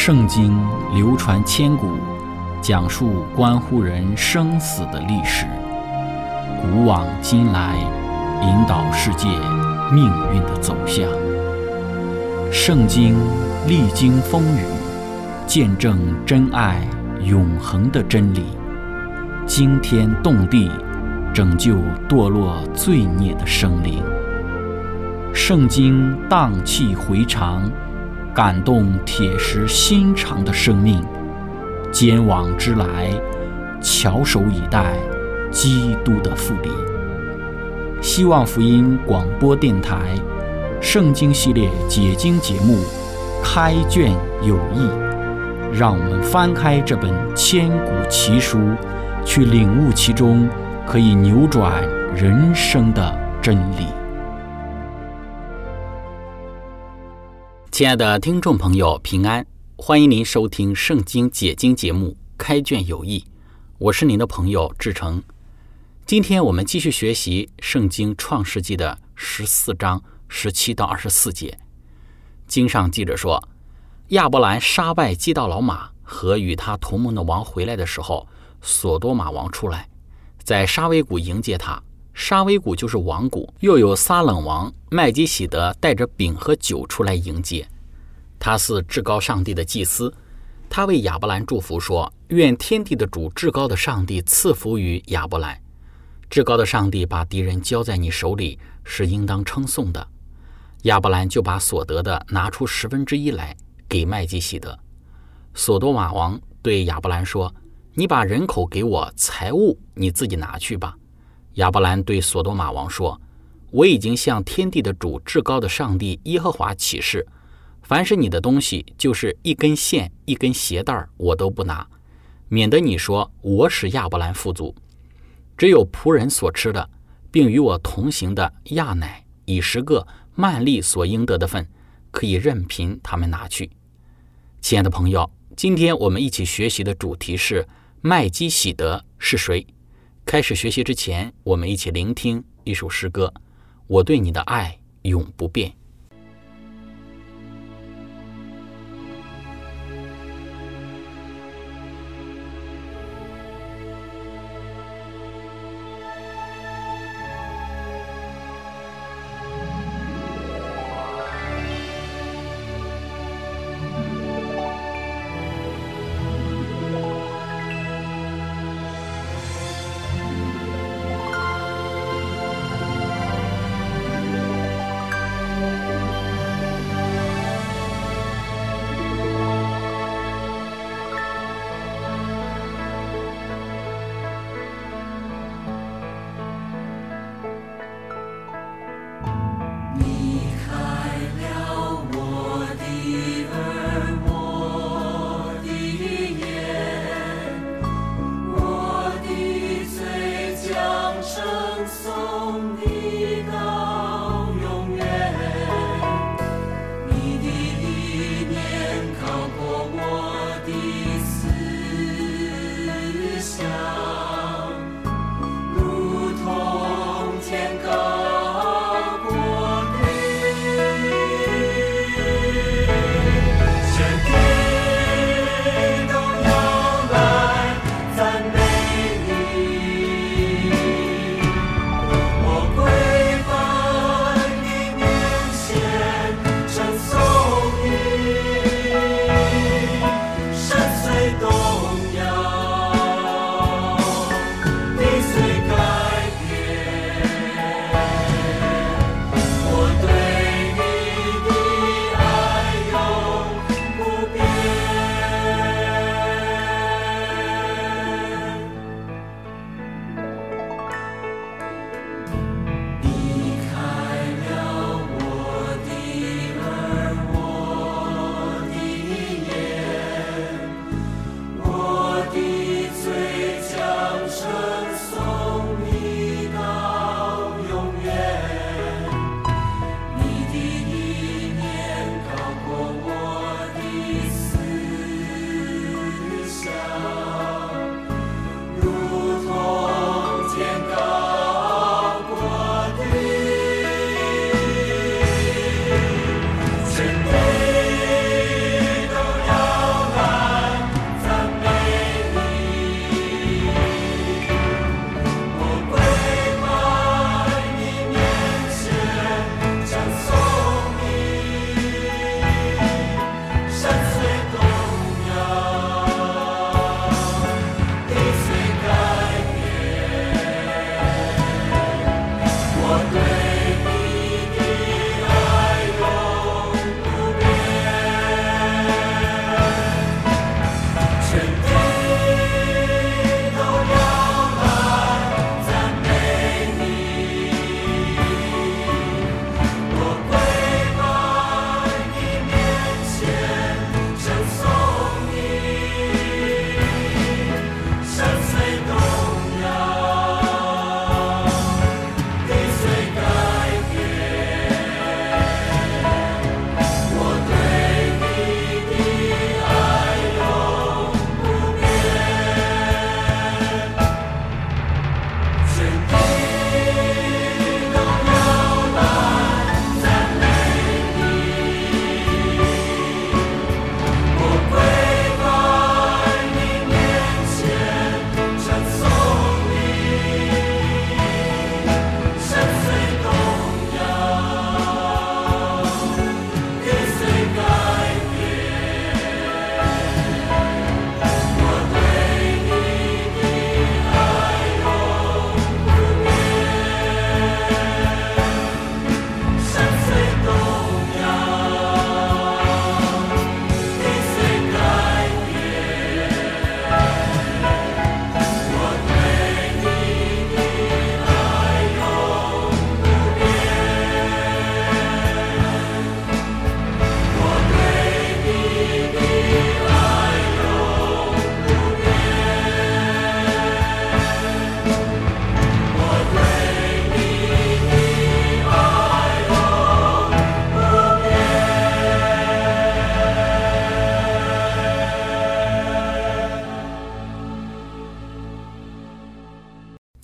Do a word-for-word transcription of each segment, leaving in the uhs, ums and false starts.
圣经流传千古，讲述关乎人生死的历史，古往今来，引导世界命运的走向。圣经历经风雨，见证真爱永恒的真理，惊天动地，拯救堕落罪孽的生灵。圣经荡气回肠，感动铁石心肠的生命，坚往之来，翘首以待基督的复临。希望福音广播电台圣经系列解经节目开卷有益，让我们翻开这本千古奇书，去领悟其中可以扭转人生的真理。 亲爱的听众朋友，平安，欢迎您收听圣经解经节目开卷有益，我是您的朋友志成。今天我们继续学习圣经创世纪的十四章十七到二十四节。经上记着说，亚伯兰杀败基道老马和与他同盟的王回来的时候，索多玛王出来，在沙威谷迎接他。沙威谷就是王谷，又有撒冷王麦基洗德带着饼和酒出来迎接。他是至高上帝的祭司，他为亚伯兰祝福说，愿天地的主至高的上帝赐福于亚伯兰。至高的上帝把敌人交在你手里，是应当称颂的。亚伯兰就把所得的拿出十分之一来给麦基洗德。索多玛王对亚伯兰说，你把人口给我，财物你自己拿去吧。亚伯兰对索多玛王说，我已经向天地的主至高的上帝耶和华起誓，凡是你的东西，就是一根线一根鞋带我都不拿，免得你说我使亚伯兰富足。只有仆人所吃的，并与我同行的亚乃、以十个曼利所应得的份，可以任凭他们拿去。亲爱的朋友，今天我们一起学习的主题是麦基洗德是谁。开始学习之前，我们一起聆听一首诗歌，我对你的爱永不变。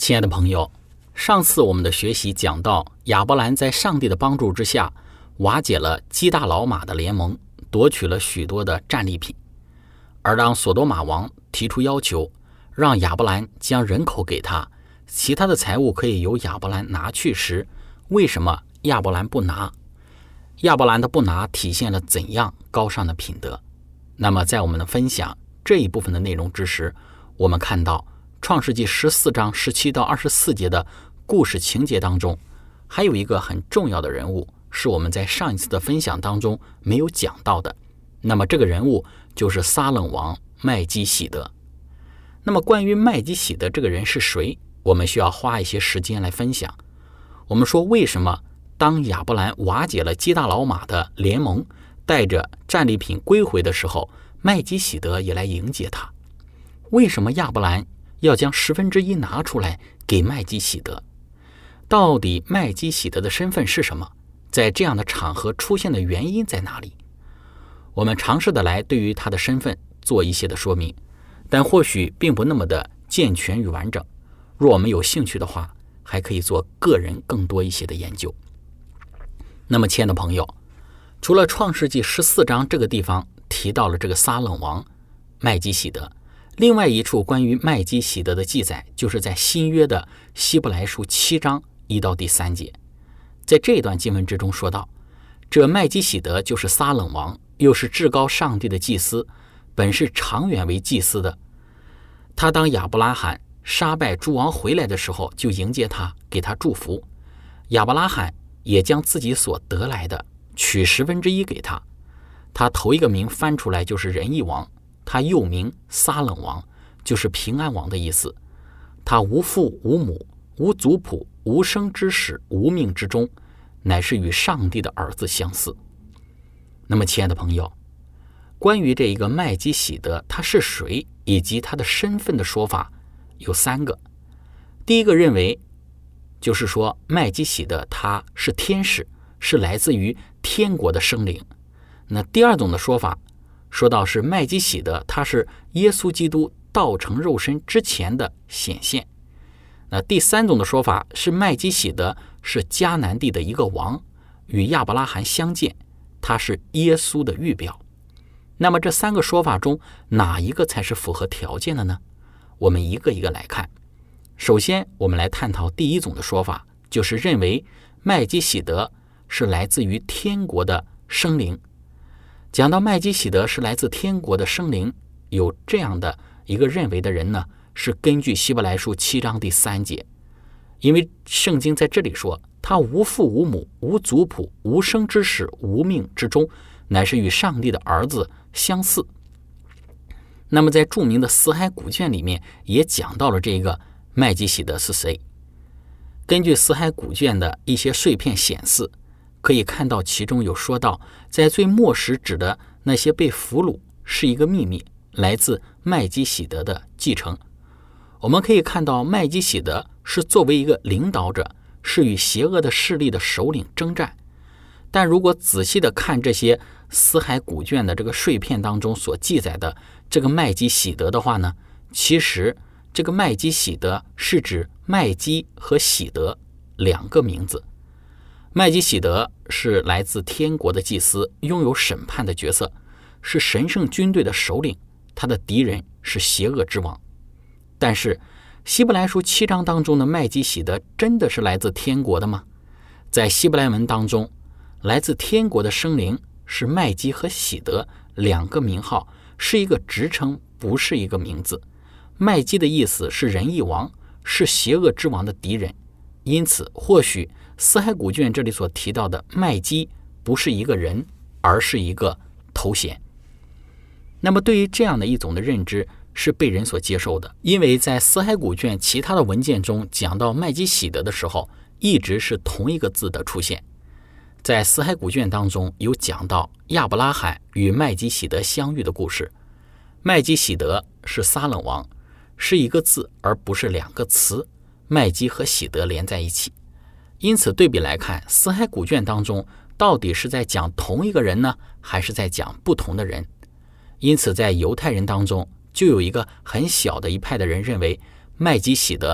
亲爱的朋友，上次我们的学习讲到，亚伯兰在上帝的帮助之下，瓦解了基大老马的联盟，夺取了许多的战利品。而当索多玛王提出要求，让亚伯兰将人口给他，其他的财物可以由亚伯兰拿去时，为什么亚伯兰不拿？亚伯兰的不拿体现了怎样高尚的品德？那么在我们的分享这一部分的内容之时，我们看到创世纪十四章十七到二十四节的故事情节当中，还有一个很重要的人物，是我们在上一次的分享当中没有讲到的。那么这个人物就是撒冷王麦基洗德。那么关于麦基洗德这个人是谁，我们需要花一些时间来分享。我们说，为什么当亚伯兰瓦解了基大老马的联盟，带着战利品归回的时候，麦基洗德也来迎接他？为什么亚伯兰要将十分之一拿出来给麦基洗德？到底麦基洗德的身份是什么？在这样的场合出现的原因在哪里？我们尝试的来对于他的身份做一些的说明，但或许并不那么的健全与完整。若我们有兴趣的话，还可以做个人更多一些的研究。那么亲爱的朋友，除了创世纪十四章这个地方提到了这个撒冷王麦基洗德，另外一处关于麦基洗德的记载，就是在新约的希伯来书七章一到第三节。在这一段经文之中说到，这麦基洗德就是撒冷王，又是至高上帝的祭司，本是长远为祭司的。他当亚伯拉罕杀败诸王回来的时候，就迎接他，给他祝福。亚伯拉罕也将自己所得来的取十分之一给他。他头一个名翻出来就是仁义王，他又名撒冷王，就是平安王的意思。他无父无母，无族谱，无生之始，无命之终，乃是与上帝的儿子相似。那么亲爱的朋友，关于这一个麦基洗德他是谁以及他的身份的说法有三个。第一个认为就是说麦基洗德他是天使，是来自于天国的生灵。那第二种的说法说到是麦基洗德他是耶稣基督道成肉身之前的显现。那第三种的说法是麦基洗德是迦南地的一个王，与亚伯拉罕相见，他是耶稣的预表。那么这三个说法中哪一个才是符合条件的呢？我们一个一个来看。首先我们来探讨第一种的说法，就是认为麦基洗德是来自于天国的生灵。讲到麦基洗德是来自天国的生灵，有这样的一个认为的人呢，是根据希伯来书七章第三节。因为圣经在这里说，他无父无母，无族谱，无生之始，无命之终，乃是与上帝的儿子相似。那么在著名的死海古卷里面也讲到了这个麦基洗德是谁。根据死海古卷的一些碎片显示，可以看到其中有说到，在最末时指的那些被俘虏是一个秘密，来自麦基洗德的继承。我们可以看到麦基洗德是作为一个领导者，是与邪恶的势力的首领征战。但如果仔细的看这些死海古卷的这个碎片当中所记载的这个麦基洗德的话呢，其实这个麦基洗德是指麦基和洗德两个名字。麦基洗德是来自天国的祭司，拥有审判的角色，是神圣军队的首领，他的敌人是邪恶之王。但是希伯来书七章当中的麦基洗德真的是来自天国的吗？在希伯来文当中，来自天国的生灵是麦基和洗德两个名号，是一个职称，不是一个名字。麦基的意思是仁义王，是邪恶之王的敌人。因此或许死海古卷这里所提到的麦基不是一个人，而是一个头衔。那么对于这样的一种的认知是被人所接受的，因为在死海古卷其他的文件中讲到麦基洗德的时候，一直是同一个字的出现。在死海古卷当中有讲到亚伯拉罕与麦基洗德相遇的故事。麦基洗德是撒冷王，是一个字而不是两个词，麦基和洗德连在一起。因此对比来看，死海古卷当中到底是在讲同一个人呢，还是在讲不同的人？因此在犹太人当中就有一个很小的一派的人认为麦基洗德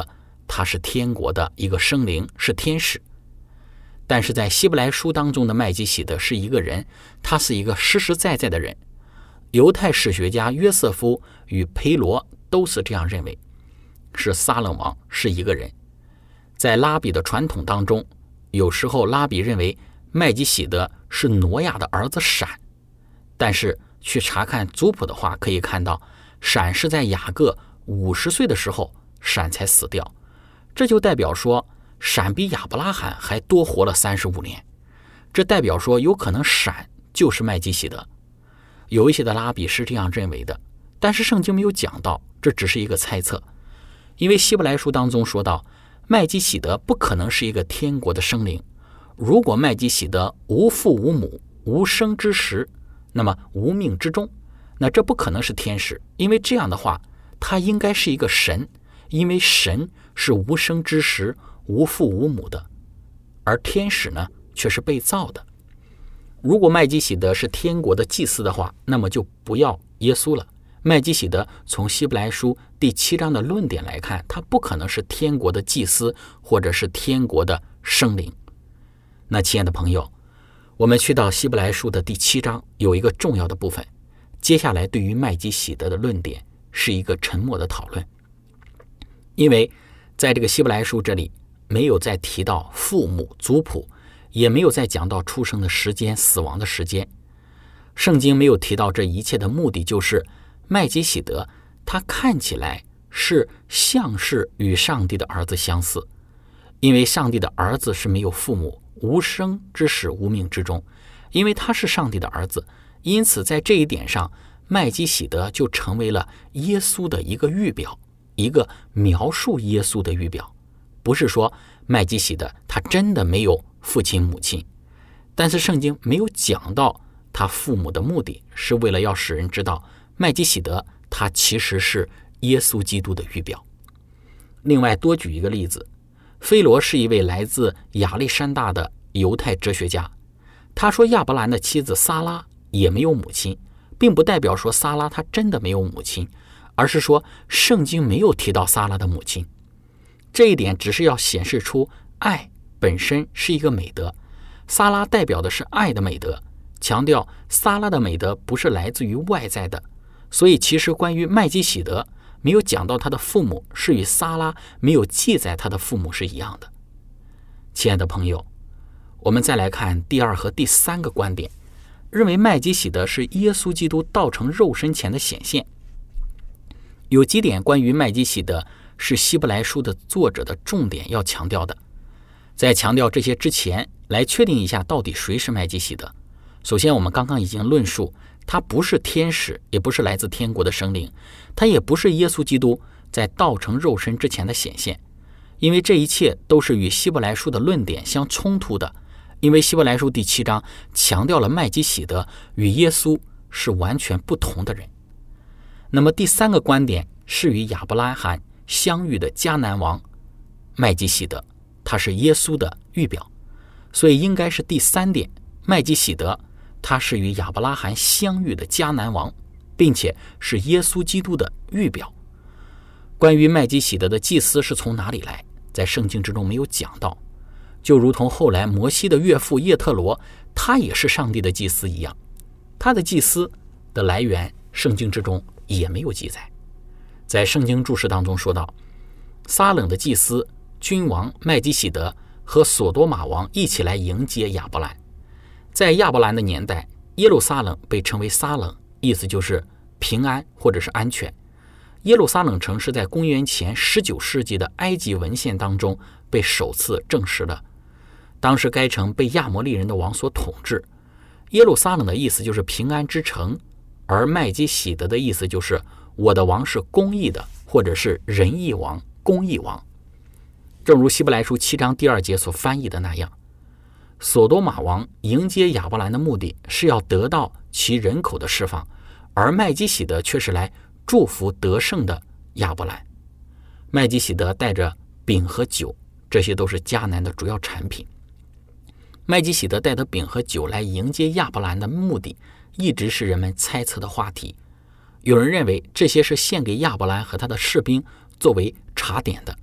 他是天国的一个生灵，是天使。但是在希伯来书当中的麦基洗德是一个人，他是一个实实在在的人。犹太史学家约瑟夫与培罗都是这样认为，是撒冷王是一个人。在拉比的传统当中，有时候拉比认为麦基洗德是挪亚的儿子闪，但是去查看族谱的话，可以看到闪是在雅各五十岁的时候闪才死掉，这就代表说闪比亚伯拉罕还多活了三十五年，这代表说有可能闪就是麦基洗德。有一些的拉比是这样认为的，但是圣经没有讲到，这只是一个猜测。因为希伯来书当中说到，麦基洗德不可能是一个天国的生灵。如果麦基洗德无父无母，无生之时，那么无命之中，那这不可能是天使，因为这样的话他应该是一个神，因为神是无生之时无父无母的，而天使呢却是被造的。如果麦基洗德是天国的祭司的话，那么就不要耶稣了。麦基洗德从希伯来书第七章的论点来看，他不可能是天国的祭司或者是天国的生灵。那亲爱的朋友，我们去到希伯来书的第七章，有一个重要的部分，接下来对于麦基洗德的论点是一个沉默的讨论。因为在这个希伯来书这里没有再提到父母族谱，也没有再讲到出生的时间、死亡的时间。圣经没有提到这一切的目的，就是麦基洗德他看起来是像是与上帝的儿子相似，因为上帝的儿子是没有父母，无生之始，无命之中。因为他是上帝的儿子，因此在这一点上，麦基洗德就成为了耶稣的一个预表，一个描述耶稣的预表。不是说麦基洗德他真的没有父亲母亲，但是圣经没有讲到他父母的目的，是为了要使人知道麦基洗德他其实是耶稣基督的预表。另外多举一个例子，菲罗是一位来自亚历山大的犹太哲学家，他说亚伯兰的妻子撒拉也没有母亲，并不代表说撒拉她真的没有母亲，而是说圣经没有提到撒拉的母亲。这一点只是要显示出爱本身是一个美德，撒拉代表的是爱的美德，强调撒拉的美德不是来自于外在的。所以其实关于麦基洗德没有讲到他的父母，是与撒拉没有记载他的父母是一样的。亲爱的朋友，我们再来看第二和第三个观点，认为麦基洗德是耶稣基督道成肉身前的显现。有几点关于麦基洗德是希伯来书的作者的重点要强调的。在强调这些之前，来确定一下到底谁是麦基洗德。首先我们刚刚已经论述，他不是天使，也不是来自天国的生灵，他也不是耶稣基督在道成肉身之前的显现，因为这一切都是与希伯来书的论点相冲突的。因为希伯来书第七章强调了麦基洗德与耶稣是完全不同的人。那么第三个观点是与亚伯拉罕相遇的迦南王麦基洗德，他是耶稣的预表，所以应该是第三点，麦基洗德他是与亚伯拉罕相遇的迦南王，并且是耶稣基督的预表。关于麦基洗德的祭司是从哪里来，在圣经之中没有讲到，就如同后来摩西的岳父叶特罗他也是上帝的祭司一样，他的祭司的来源圣经之中也没有记载。在圣经注释当中说到，撒冷的祭司君王麦基洗德和索多玛王一起来迎接亚伯兰。在亚伯兰的年代，耶路撒冷被称为撒冷，意思就是平安或者是安全。耶路撒冷城是在公元前十九世纪的埃及文献当中被首次证实的。当时该城被亚摩利人的王所统治。耶路撒冷的意思就是平安之城，而麦基洗德的意思就是我的王是公义的，或者是仁义王、公义王。正如希伯来书七章第二节所翻译的那样，索多玛王迎接亚伯兰的目的是要得到其人口的释放，而麦基洗德却是来祝福得胜的亚伯兰。麦基洗德带着饼和酒，这些都是迦南的主要产品。麦基洗德带着饼和酒来迎接亚伯兰的目的，一直是人们猜测的话题。有人认为这些是献给亚伯兰和他的士兵作为茶点的，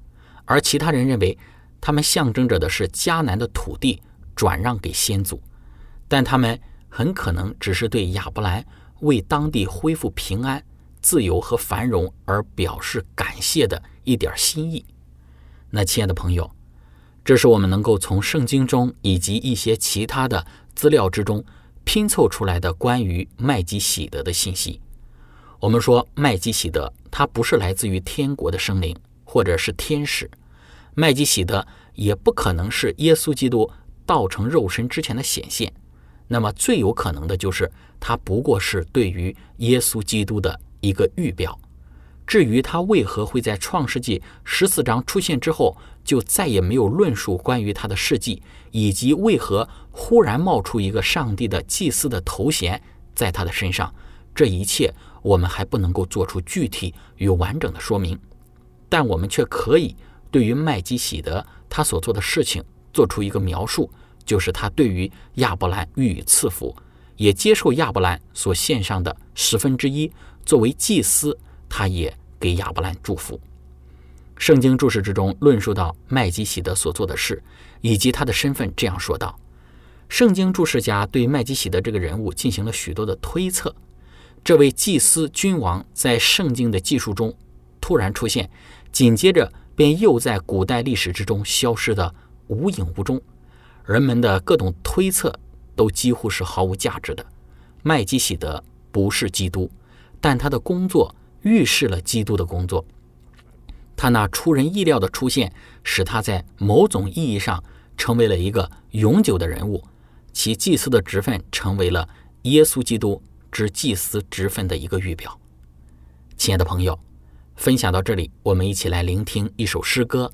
而其他人认为他们象征着的是迦南的土地转让给先祖，但他们很可能只是对亚伯兰为当地恢复平安、自由和繁荣而表示感谢的一点心意。那亲爱的朋友，这是我们能够从圣经中以及一些其他的资料之中拼凑出来的关于麦基洗德的信息。我们说麦基洗德他不是来自于天国的生灵或者是天使，麦基洗德也不可能是耶稣基督道成肉身之前的显现，那么最有可能的就是他不过是对于耶稣基督的一个预表。至于他为何会在创世纪十四章出现之后就再也没有论述关于他的事迹，以及为何忽然冒出一个上帝的祭司的头衔在他的身上，这一切我们还不能够做出具体与完整的说明，但我们却可以对于麦基洗德他所做的事情做出一个描述，就是他对于亚伯兰予以赐福，也接受亚伯兰所献上的十分之一，作为祭司他也给亚伯兰祝福。圣经注释之中论述到麦基洗德所做的事以及他的身份，这样说道：圣经注释家对麦基洗德这个人物进行了许多的推测。这位祭司君王在圣经的记述中突然出现，紧接着便又在古代历史之中消失的无影无踪，人们的各种推测都几乎是毫无价值的。麦基洗德不是基督，但他的工作预示了基督的工作。他那出人意料的出现使他在某种意义上成为了一个永久的人物，其祭司的职分成为了耶稣基督之祭司职分的一个预表。亲爱的朋友，分享到这里，我们一起来聆听一首诗歌。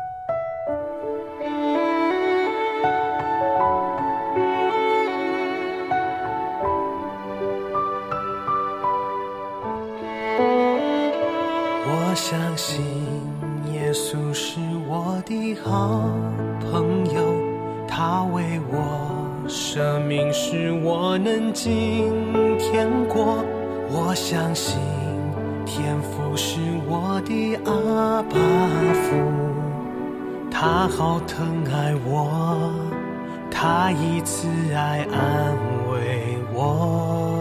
我相信耶稣是我的好朋友，他为我舍命使我能进天国。我相信天父是我的阿爸父，他好疼爱我，他以慈爱安慰我。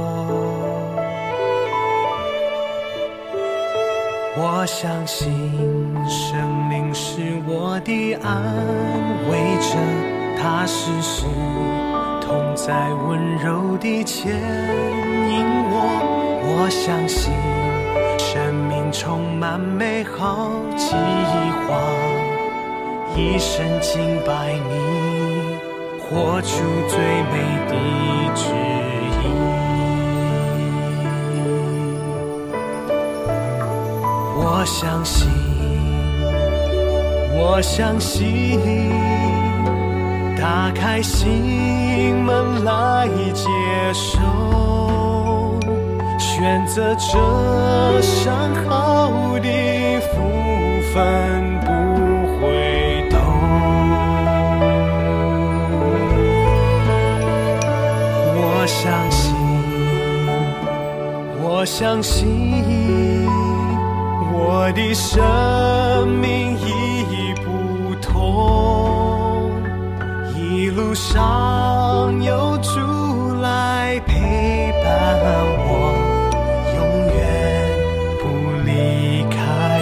我相信圣灵是我的安慰者，他时时同在温柔地牵引我。我相信生命充满美好计划，一生敬拜你，活出最美的旨意。我相信，我相信，打开心门来接受，选择这上好的福分不回头。我相信，我相信，我的生命已不同，一路上有主来陪伴我，永远不离开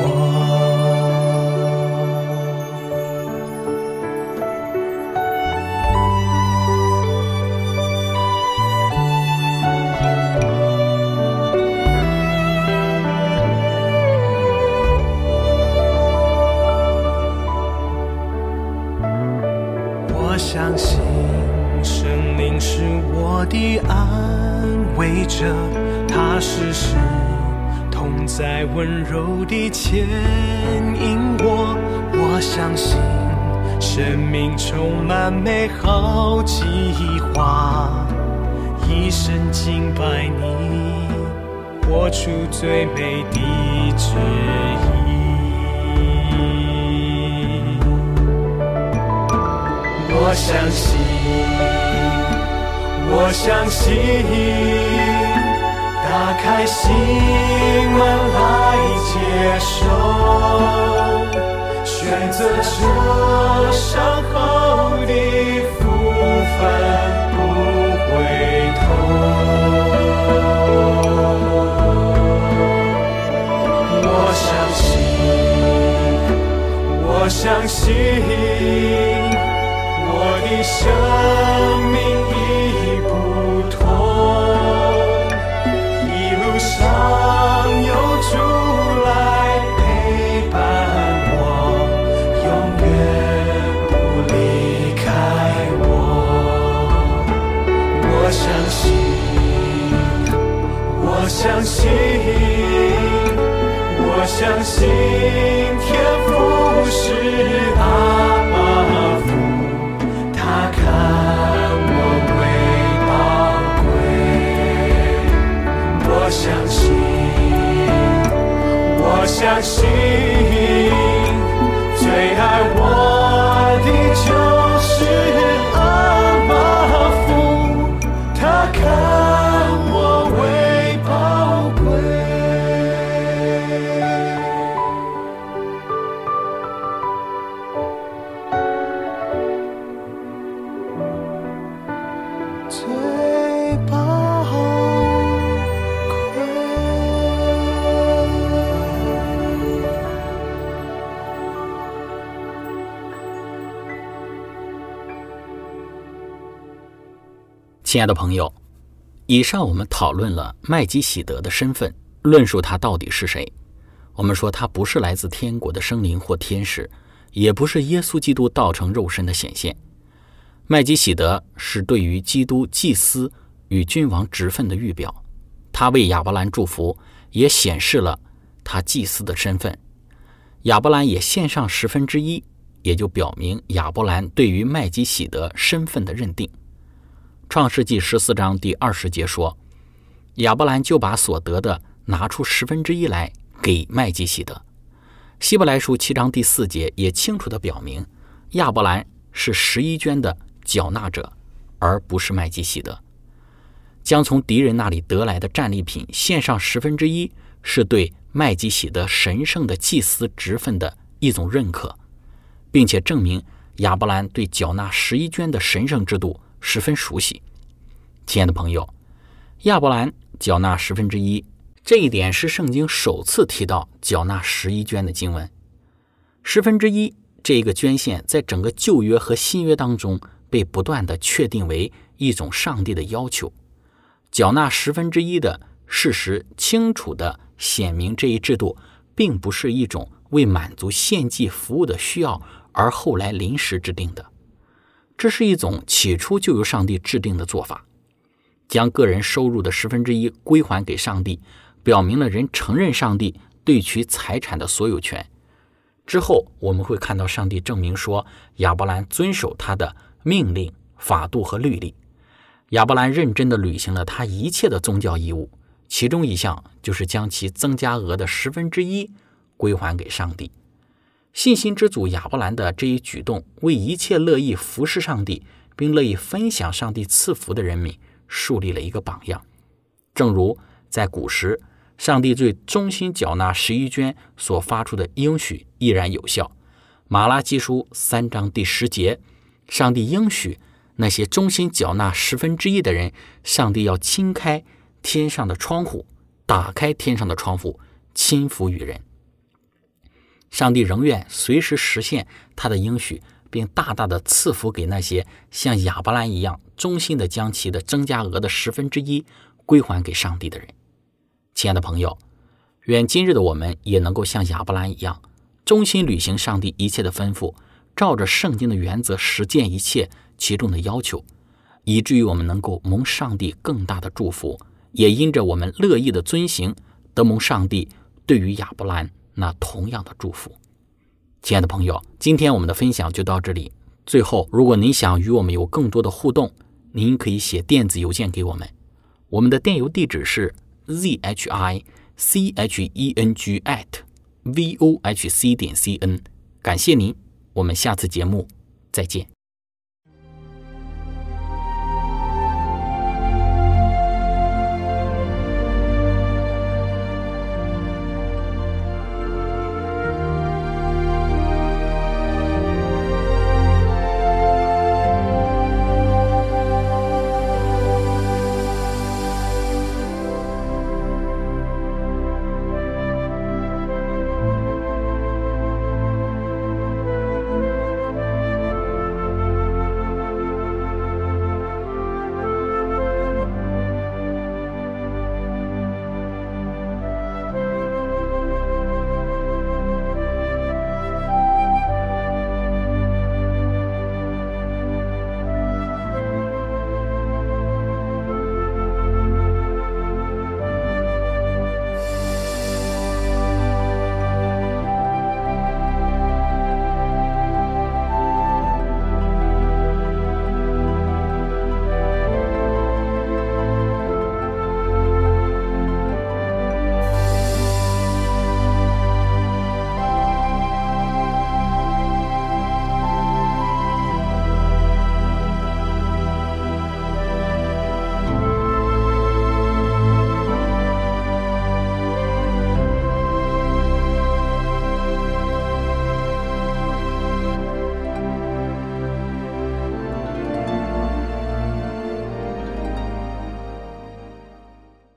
我相信圣灵是我的安慰者，他时时同在温柔地牵引我。我相信生命充满美好计划，一生敬拜你，活出最美的旨意。我相信，我相信，打开心门来接受，选选择这伤后的复返，不回头。我相信，我相信，我的生命已不同，一路上有主来陪伴我，永远不离开我。我相信，我相信，我相信天父是阿爸父，他看我为宝贵。我相信，我相信，最爱我的就是阿爸父，他看我为宝贵。最宝贵。 亲爱的朋友，以上我们讨论了麦基洗德的身份，论述他到底是谁。我们说他不是来自天国的生灵或天使，也不是耶稣基督道成肉身的显现。麦基洗德是对于基督祭司与君王职分的预表，他为亚伯兰祝福，也显示了他祭司的身份。亚伯兰也献上十分之一，也就表明亚伯兰对于麦基洗德身份的认定。创世纪十四章第二十节说，亚伯兰就把所得的拿出十分之一来给麦基洗德。希伯来书七章第四节也清楚地表明，亚伯兰是十一捐的缴纳者，而不是麦基洗德。将从敌人那里得来的战利品献上十分之一，是对麦基洗德神圣的祭司职分的一种认可，并且证明亚伯兰对缴纳十一捐的神圣制度十分熟悉。亲爱的朋友，亚伯兰缴纳十分之一，这一点是圣经首次提到缴纳十一捐的经文。十分之一这一个捐献在整个旧约和新约当中被不断的确定为一种上帝的要求。缴纳十分之一的事实清楚地显明，这一制度并不是一种为满足献祭服务的需要而后来临时制定的，这是一种起初就由上帝制定的做法。将个人收入的十分之一归还给上帝，表明了人承认上帝对其财产的所有权。之后我们会看到上帝证明说，亚伯兰遵守他的命令、法度和律例。亚伯兰认真地履行了他一切的宗教义务，其中一项就是将其增加额的十分之一归还给上帝。信心之主亚伯兰的这一举动，为一切乐意服侍上帝并乐意分享上帝赐福的人民树立了一个榜样。正如在古时，上帝对忠心缴纳十一捐所发出的应许依然有效。马拉基书三章第十节，上帝应许那些忠心缴纳十分之一的人，上帝要亲开天上的窗户，打开天上的窗户，亲福与人。上帝仍愿随时实现他的应许，并大大的赐福给那些像亚伯兰一样忠心的将其的增加额的十分之一归还给上帝的人。亲爱的朋友，愿今日的我们也能够像亚伯兰一样，忠心履行上帝一切的吩咐，照着圣经的原则实践一切其中的要求，以至于我们能够蒙上帝更大的祝福，也因着我们乐意的遵行，得蒙上帝对于亚伯兰那同样的祝福。亲爱的朋友，今天我们的分享就到这里。最后，如果您想与我们有更多的互动，您可以写电子邮件给我们，我们的电邮地址是 z h i c h e n g at v o h c 点 c n。 感谢您，我们下次节目再见。